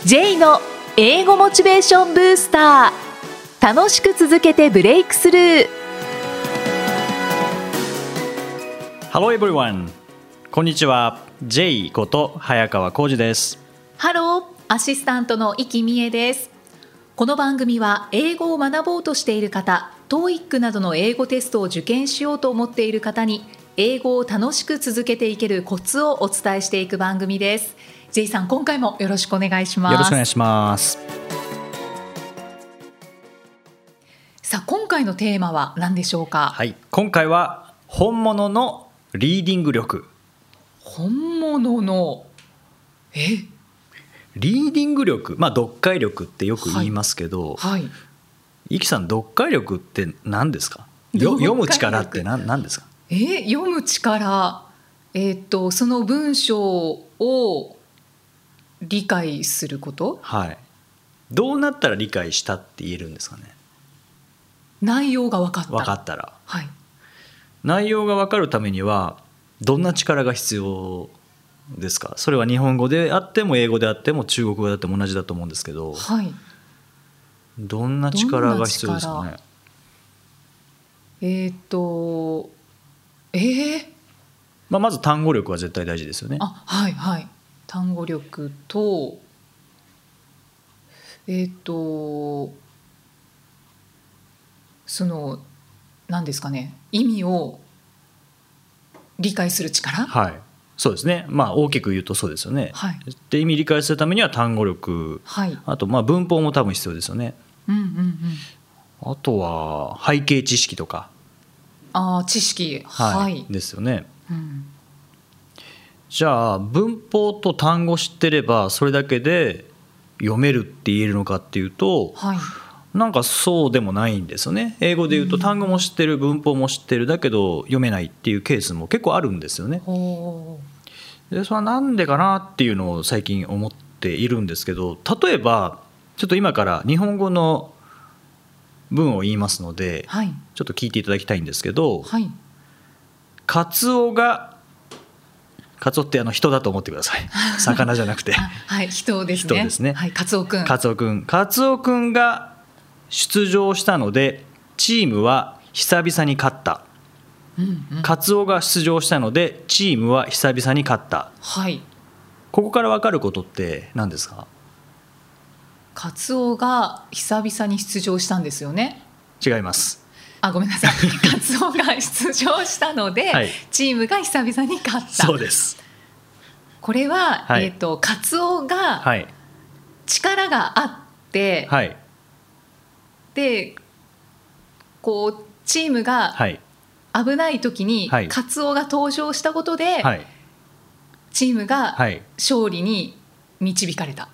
J の英語モチベーションブースター。楽しく続けてブレイクスルー。 Hello everyone。 こんにちは。 J こと早川浩二です。 ハロー、アシスタントの生きみえです。この番組は英語を学ぼうとしている方、TOEIC などの英語テストを受験しようと思っている方に英語を楽しく続けていけるコツをお伝えしていく番組です。 J さん、今回もよろしくお願いします。 よろしくお願いします。 さあ、今回のテーマは何でしょうか？ はい、今回は本物のリーディング力。 本物のリーディング力、読解力ってよく言いますけど、イキさん、読解力って何ですか？読む力って何ですか？ 読む力、その文章を理解すること。 どうなったら理解したって言えるんですかね？ 内容が分かったら、内容が分かるためにはどんな力が必要ですか？それは日本語であっても英語であっても中国語であっても同じだと思うんですけど、どんな力が必要ですかね？まず単語力は絶対大事ですよね。 単語力とその何ですかね、意味を理解する力。 そうですね。大きく言うとそうですよね。で、意味理解するためには単語力、あと文法も多分必要ですよね。あとは背景知識とか知識、 ですよね。じゃあ文法と単語知ってればそれだけで読めるって言えるのかっていうと、なんかそうでもないんですよね。英語で言うと単語も知ってる、文法も知ってる、だけど読めないっていうケースも結構あるんですよね。で、それはなんでかなっていうのを最近思っているんですけど、例えばちょっと今から日本語の文を言いますので、ちょっと聞いていただきたいんですけど、カツオって人だと思ってください。魚じゃなくて人ですね。 人ですね。 カツオくん。 カツオくんが出場したのでチームは久々に勝った。カツオが出場したのでチームは久々に勝った。ここから分かることって何ですか？ カツオが久々に出場したんですよね。 違います。 ごめんなさい。カツオが出場したので、チームが久々に勝った。 そうです。 これは、カツオが力があって、でチームが危ない時にカツオが登場したことで、チームが勝利に導かれた。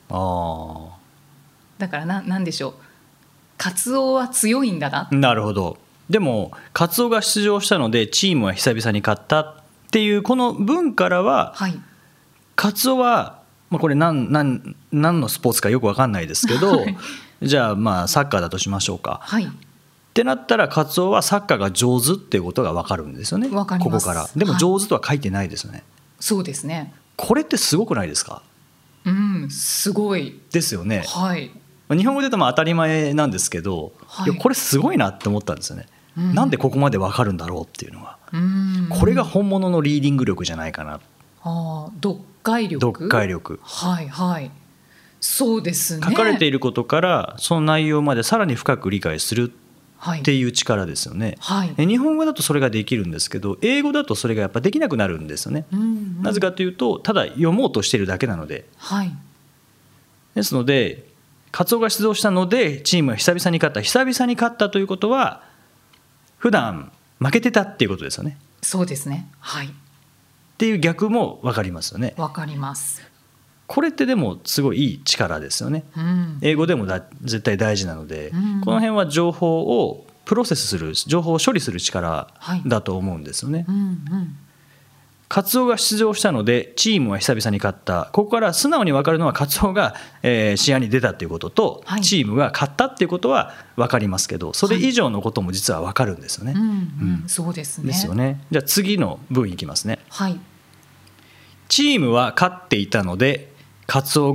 だから何でしょう、カツオは強いんだな。 なるほど。でもカツオが出場したのでチームは久々に勝ったっていうこの文からは、カツオは、これ何のスポーツかよく分かんないですけど、じゃあサッカーだとしましょうか。ってなったらカツオはサッカーが上手っていうことが分かるんですよね。 分かります。 ここから。でも上手とは書いてないですよね。 そうですね。 これってすごくないですか？ すごいですよね。日本語で言うと当たり前なんですけど、これすごいなって思ったんですよね。なんでここまで分かるんだろうっていうのは、これが本物のリーディング力じゃないかな。 読解力。そうですね。 書かれていることからその内容までさらに深く理解するっていう力ですよね。日本語だとそれができるんですけど、英語だとそれがやっぱできなくなるんですよね。なぜかというと、ただ読もうとしているだけなので。ですのでカツオが出場したのでチームが久々に勝ったということは普段負けてたっていうことですよね。 そうですね。 っていう逆も分かりますよね。 分かります。 これってでもすごいいい力ですよね。英語でも絶対大事なので、この辺は情報をプロセスする、情報を処理する力だと思うんですよね。カツオが出場したのでチームは久々に勝った。ここから素直に分かるのはカツオが試合に出たということと、チームが勝ったっていうことは分かりますけど、それ以上のことも実は分かるんですよね。 そうですね。 ですよね。じゃあ次の文いきますね。チームは勝っていたのでカツオが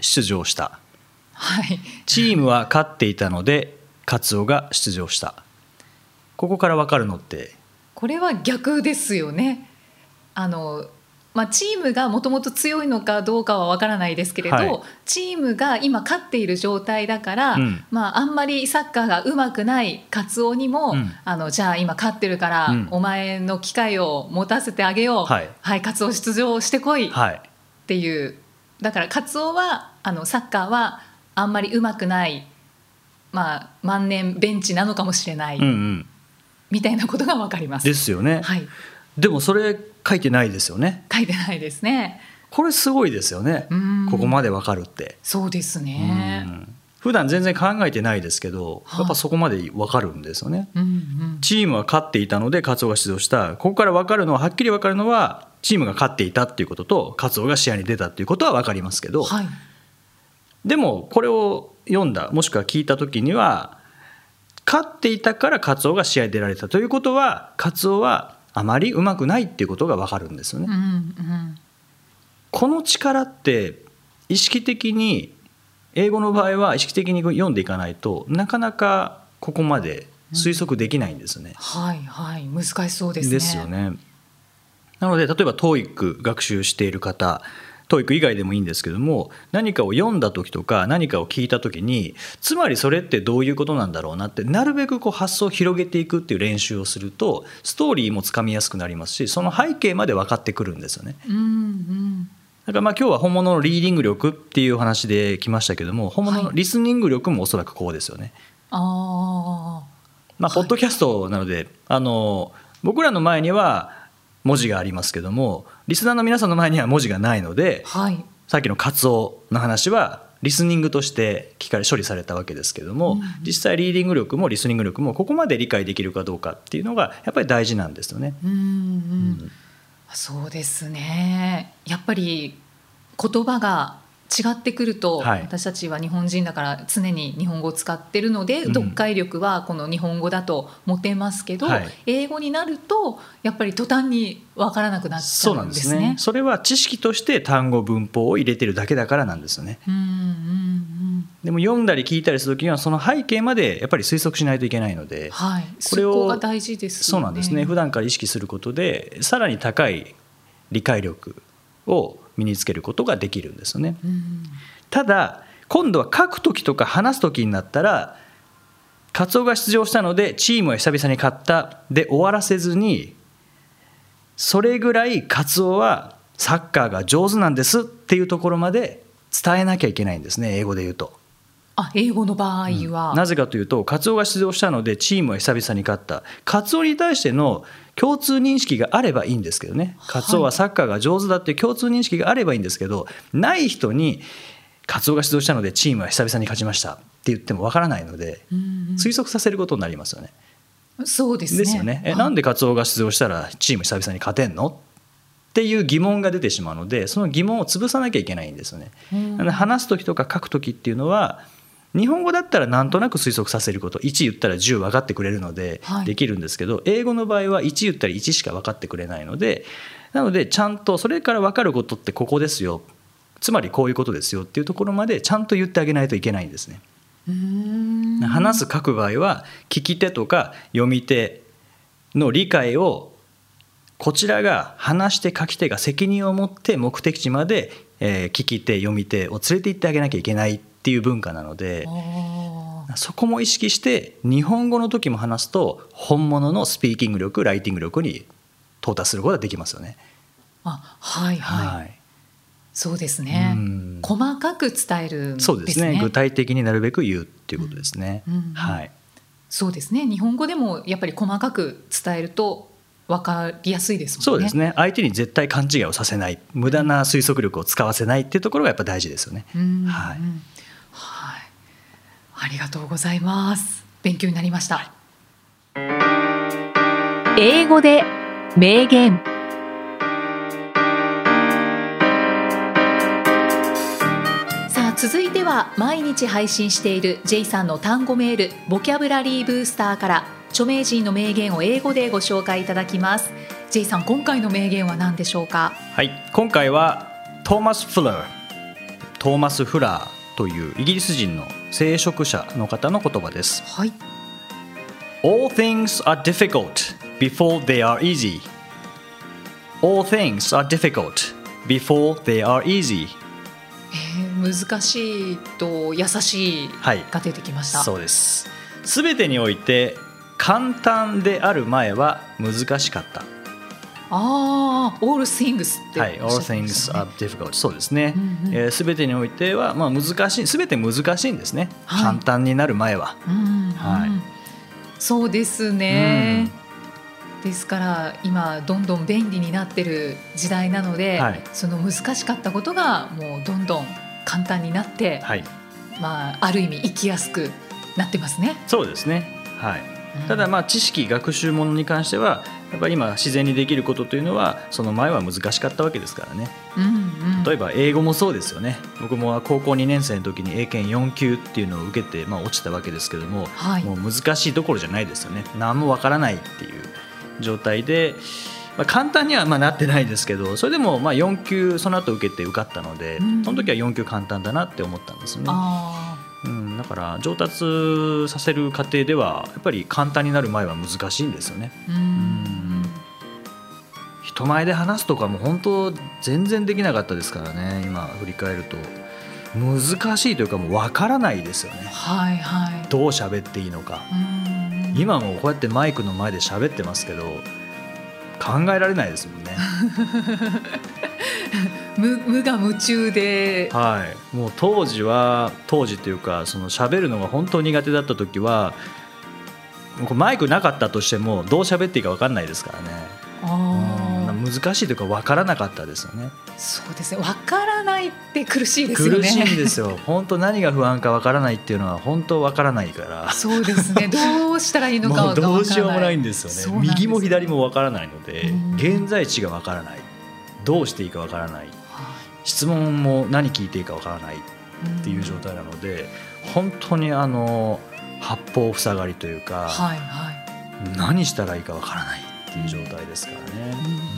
出場した、 はい、 チームは勝っていたのでカツオが出場した。ここから分かるのって、 これは逆ですよね。チームがもともと強いのかどうかは分からないですけれど、はい、チームが今勝っている状態だから、あんまりサッカーが上手くないカツオにも、じゃあ今勝ってるから、お前の機会を持たせてあげよう、はい、カツオ出場してこいっていう、だからカツオはサッカーはあんまり上手くない、万年ベンチなのかもしれない、みたいなことが分かります。 ですよね、 はい、 でもそれ書いてないですよね。 書いてないですね。 これすごいですよね。ここまでわかるって。 そうですね。 普段全然考えてないですけど、やっぱそこまでわかるんですよね。チームは勝っていたのでカツオが出場した。ここからわかるのは、はっきりわかるのはチームが勝っていたっていうこととカツオが試合に出たっていうことはわかりますけど、はい、でもこれを読んだもしくは聞いた時には、勝っていたからカツオが試合に出られたということは、カツオはあまり上手くないっていうことが分かるんですよね。この力って意識的に、英語の場合は意識的に読んでいかないとなかなかここまで推測できないんですよね。 はいはい、難しそうですね。 ですよね。なので例えば TOEIC 学習している方、TOEIC 以外でもいいんですけども、何かを読んだ時とか何かを聞いた時に、つまりそれってどういうことなんだろうなって、なるべく発想を広げていくっていう練習をすると、ストーリーもつかみやすくなりますし、その背景まで分かってくるんですよね。だから今日は本物のリーディング力っていう話で来ましたけども、本物のリスニング力もおそらくこうですよね。ポッドキャストなので、僕らの前には文字がありますけども、リスナーの皆さんの前には文字がないので、はい、さっきのカツオの話はリスニングとして処理されたわけですけども、実際リーディング力もリスニング力もここまで理解できるかどうかっていうのがやっぱり大事なんですよね。 そうですね。やっぱり言葉が違ってくると、はい、私たちは日本人だから常に日本語を使ってるので、読解力はこの日本語だと持てますけど、はい、英語になるとやっぱり途端に分からなくなっちゃうんですね。そうなんですね。 それは知識として単語文法を入れてるだけだからなんですよね。でも読んだり聞いたりするときにはその背景までやっぱり推測しないといけないので、 はい、これをそこが大事ですよね。 そうなんですね。普段から意識することでさらに高い理解力を身につけることができるんですよね。ただ今度は書くときとか話すときになったら、カツオが出場したのでチームは久々に勝ったで終わらせずに、それぐらいカツオはサッカーが上手なんですっていうところまで伝えなきゃいけないんですね、英語で言うと。 英語の場合は、 なぜかというと、カツオが出場したのでチームは久々に勝った。カツオに対しての共通認識があればいいんですけどね、カツオはサッカーが上手だっていう共通認識があればいいんですけど、ない人にカツオが出場したのでチームは久々に勝ちましたって言ってもわからないので、推測させることになりますよね。 そうですね。 ですよね。なんでカツオが出場したらチーム久々に勝てんのっていう疑問が出てしまうので、その疑問を潰さなきゃいけないんですよね。話す時とか書く時っていうのは、日本語だったらなんとなく推測させること、1言ったら10分かってくれるのでできるんですけど、英語の場合は1言ったら1しか分かってくれないので、なのでちゃんとそれから分かることってここですよ、つまりこういうことですよっていうところまでちゃんと言ってあげないといけないんですね。話す書く場合は聞き手とか読み手の理解をこちらが話して書き手が責任を持って目的地まで聞き手読み手を連れて行ってあげなきゃいけないっていう文化なので、そこも意識して日本語の時も話すと本物のスピーキング力ライティング力に到達することができますよね。 はいはい、そうですね。細かく伝えるんですね。 そうですね。具体的になるべく言うっていうことですね。はい。 そうですね。日本語でもやっぱり細かく伝えると分かりやすいですもんね。 そうですね。相手に絶対勘違いをさせない、無駄な推測力を使わせないっていうところがやっぱ大事ですよね。はい。 ありがとうございます。勉強になりました。英語で名言。さあ続いては毎日配信している J さんの単語メールボキャブラリーブースターから著名人の名言を英語でご紹介いただきます。 J さん、今回の名言は何でしょうか？ はい、今回はトーマス・フラートーマス・フラーというイギリス人の聖職者の方の言葉です。 はい。 All things are difficult before they are easy. All things are difficult before they are easy. 難しいと優しいが出てきました。 そうです。すべてにおいて簡単である前は難しかった。 all things って、 はい、all things are difficult。そうですね。すべてにおいては、難しい、すべて難しいんですね。はい、簡単になる前は。はい。 そうですね。ですから今どんどん便利になってる時代なので、はい、その難しかったことがもうどんどん簡単になって、はい、ある意味生きやすくなってますね。 そうですね。はい。ただ知識学習ものに関してはやっぱり今自然にできることというのはその前は難しかったわけですからね。例えば英語もそうですよね。僕も高校2年生の時に英検4級っていうのを受けて、落ちたわけですけども、はい、もう難しいどころじゃないですよね。何もわからないっていう状態で、簡単にはなってないですけど、それでも4級その後受けて受かったので、その時は4級簡単だなって思ったんですよね。だから上達させる過程ではやっぱり簡単になる前は難しいんですよね。人前で話すとかも本当全然できなかったですからね。今振り返ると難しいというかもう分からないですよね。はいはい、どう喋っていいのか。今もこうやってマイクの前で喋ってますけど考えられないですもんね。 無我夢中で、 はい、もう当時というかその喋るのが本当に苦手だった時はマイクなかったとしてもどう喋っていいか分かんないですからね。難しいというか分からなかったですよね。 そうですね。分からないって苦しいですよね。 苦しいんですよ。本当何が不安か分からないっていうのは本当分からないから。 そうですね。どうしたらいいのか分からない。 もうどうしようもないんですよね。右も左も分からないので現在地が分からない、どうしていいか分からない、質問も何聞いていいか分からないっていう状態なので、本当に八方塞がりというか、はいはい、何したらいいか分からないっていう状態ですからね。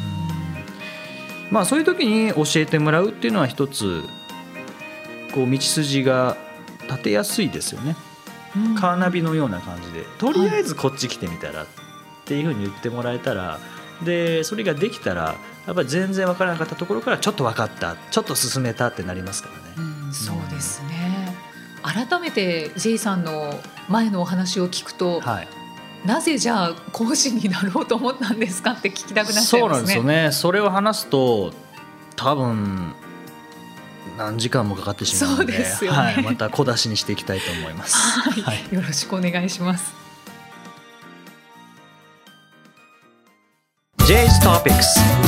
そういう時に教えてもらうっていうのは一つこう道筋が立てやすいですよね。カーナビのような感じでとりあえずこっち来てみたらっていうふうに言ってもらえたら、でそれができたらやっぱり全然分からなかったところからちょっと分かった、ちょっと進めたってなりますからね。 そうですね。改めて J さんの前のお話を聞くと、はい、なぜじゃあ講師になろうと思ったんですかって聞きたくなっちゃいますね。 そうなんですよね。それを話すと多分何時間もかかってしまうので、そうですよね。はい、また小出しにしていきたいと思います。 はい、よろしくお願いします。 J's Topics。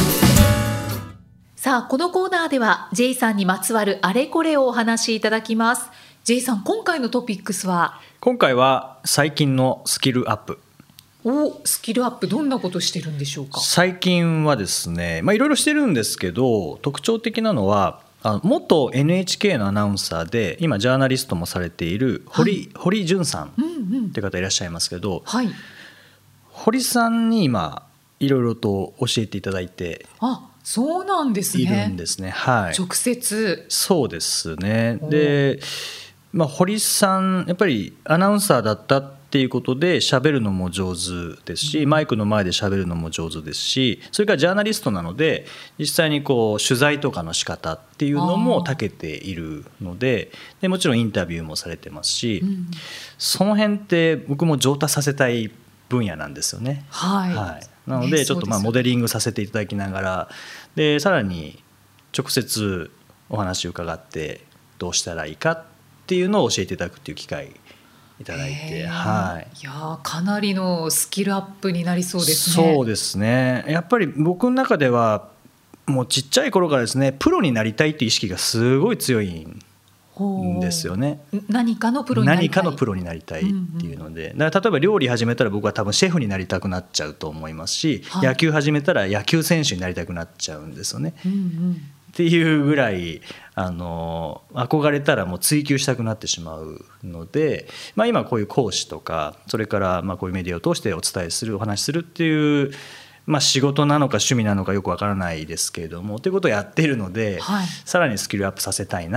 さあこのコーナーでは J さんにまつわるあれこれをお話しいただきます。 J さん、今回のトピックスは？ 今回は最近のスキルアップ。 スキルアップ、どんなことしてるんでしょうか？ 最近はですね、いろいろしてるんですけど、特徴的なのは元 NHK のアナウンサーで今ジャーナリストもされている堀潤さんって方いらっしゃいますけど、はい、堀さんに今いろいろと教えていただいて、 そうなんですね。 いるんですね。はい、 直接。 そうですね。で、堀さんやっぱりアナウンサーだったっていうことで喋るのも上手ですし、マイクの前で喋るのも上手ですし、それからジャーナリストなので実際にこう取材とかの仕方っていうのも長けているので、もちろんインタビューもされてますし、その辺って僕も上達させたい分野なんですよね。はい、はい、なのでちょっとモデリングさせていただきながら、でさらに直接お話を伺ってどうしたらいいかっていうのを教えていただくっていう機会いただいて、はい、 いやかなりのスキルアップになりそうですね。そうですね。やっぱり僕の中ではもうちっちゃい頃からですね、プロになりたいっていう意識がすごい強いんですよね。 何かのプロになりたいっていうので、だから例えば料理始めたら僕は多分シェフになりたくなっちゃうと思いますし、野球始めたら野球選手になりたくなっちゃうんですよね。っていうぐらい憧れたらもう追求したくなってしまうので、今こういう講師とかそれからこういうメディアを通してお伝えするお話しするっていう、仕事なのか趣味なのかよくわからないですけれどもということをやっているので、さらにスキルアップさせたいなっ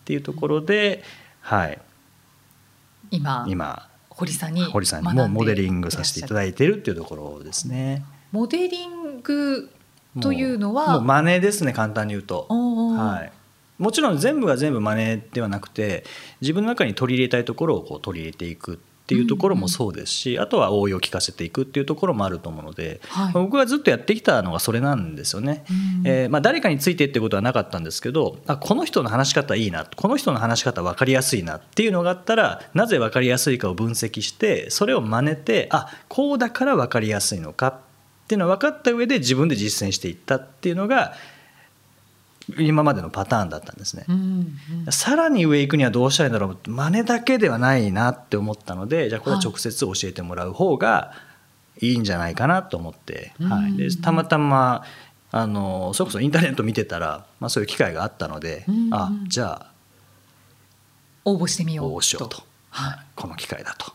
っていうところで、はい、 今堀さんにもうモデリングさせていただいているっていうところですね。 モデリングというのはもう真似ですね、簡単に言うと。はい、もちろん全部が全部真似ではなくて、自分の中に取り入れたいところをこう取り入れていくっていうところもそうですし、あとは応用を聞かせていくっていうところもあると思うので、僕がずっとやってきたのがそれなんですよね。誰かについてってことはなかったんですけど、この人の話し方いいな、この人の話し方分かりやすいなっていうのがあったら、なぜ分かりやすいかを分析して、それを真似て、こうだから分かりやすいのかっていうのを分かった上で自分で実践していったっていうのが今までのパターンだったんですね。さらに上行くにはどうしたらいいんだろう、真似だけではないなって思ったので、じゃあこれは直接教えてもらう方がいいんじゃないかなと思って、でたまたまそれこそインターネット見てたら、そういう機会があったので、じゃあ応募してみよう応募しようと、この機会だと。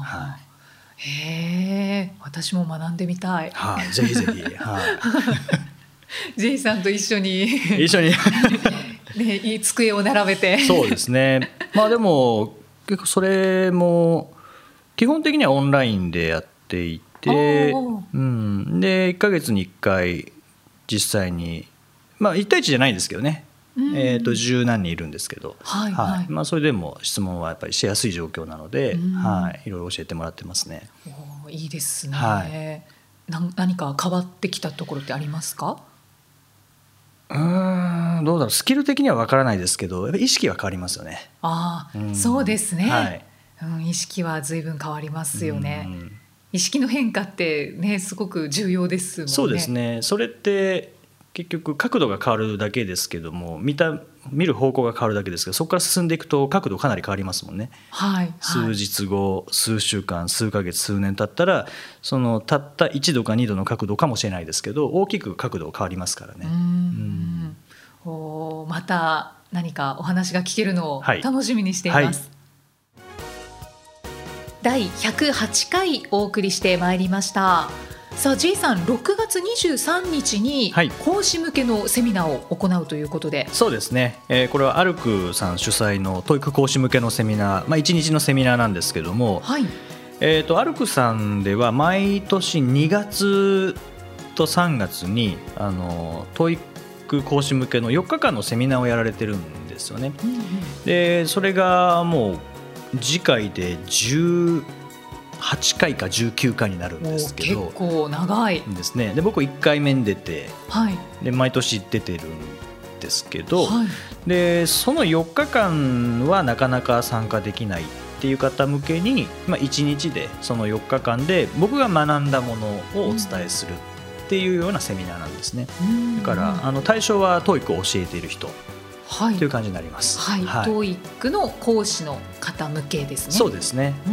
へえ、私も学んでみたい。 ぜひぜひ。 J さんと一緒にね、机を並べて。そうですね。でも結構それも基本的にはオンラインでやっていて、で1ヶ月に1回実際に、1対1じゃないんですけどね、十何人いるんですけど、それでも質問はやっぱりしやすい状況なので、いろいろ教えてもらってますね。 いいですね。何か変わってきたところってありますか？ どうだろう、スキル的には分からないですけど、やっぱり意識は変わりますよね。 そうですね、意識は随分変わりますよね。意識の変化ってね、すごく重要ですもんね。 そうですね。それって結局角度が変わるだけですけども、見る方向が変わるだけですけど、そこから進んでいくと角度かなり変わりますもんね。数日後、数週間、数ヶ月、数年経ったら、そのたった1度か2度の角度かもしれないですけど、大きく角度変わりますからね。 また何かお話が聞けるのを楽しみにしています。第108回お送りしてまいりました。さあ J さん、6月23日に講師向けのセミナーを行うということで。 そうですね、これはアルクさん主催のTOEIC講師向けのセミナー、1日のセミナーなんですけども、アルクさんでは毎年2月と3月にTOEIC講師向けの4日間のセミナーをやられてるんですよね。でそれがもう次回で18回か19回になるんですけど、 結構長いですね。で僕1回目に出て、で毎年出てるんですけど、でその4日間はなかなか参加できないっていう方向けに、1日でその4日間で僕が学んだものをお伝えするっていうようなセミナーなんですね。だから対象は TOEIC を教えている人という感じになります。 TOEIC の講師の方向けですね。 そうですね。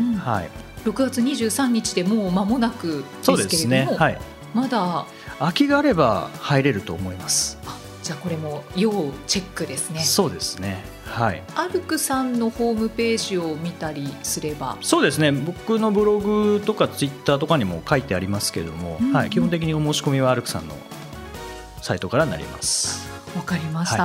6月23日でもう間もなくですけれども、まだ空きがあれば入れると思います。 じゃあこれも要チェックですね。 そうですね。 アルクさんのホームページを見たりすれば。 そうですね。僕のブログとかツイッターとかにも書いてありますけれども、基本的にお申し込みはアルクさんのサイトからになります。 わかりました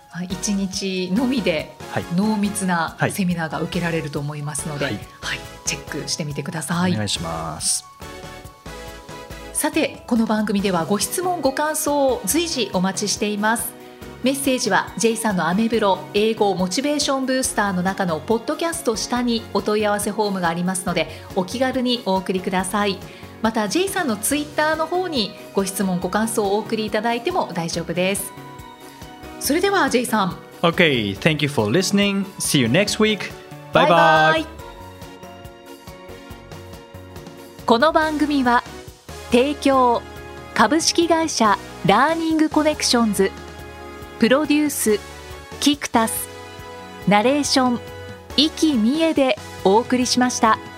。1日のみで濃密なセミナーが受けられると思いますので、チェックしてみてください。 お願いします。 さて、この番組ではご質問ご感想を随時お待ちしています。メッセージは J さんのアメブロ英語モチベーションブースターの中のポッドキャスト下にお問い合わせフォームがありますので、お気軽にお送りください。また J さんのツイッターの方にご質問ご感想をお送りいただいても大丈夫です。それでは J さん、 Okay, thank you for listening. See you next week. Bye bye. この番組は提供株式会社ラーニングコネクションズ、プロデュースキクタス、ナレーション生きみえでお送りしました。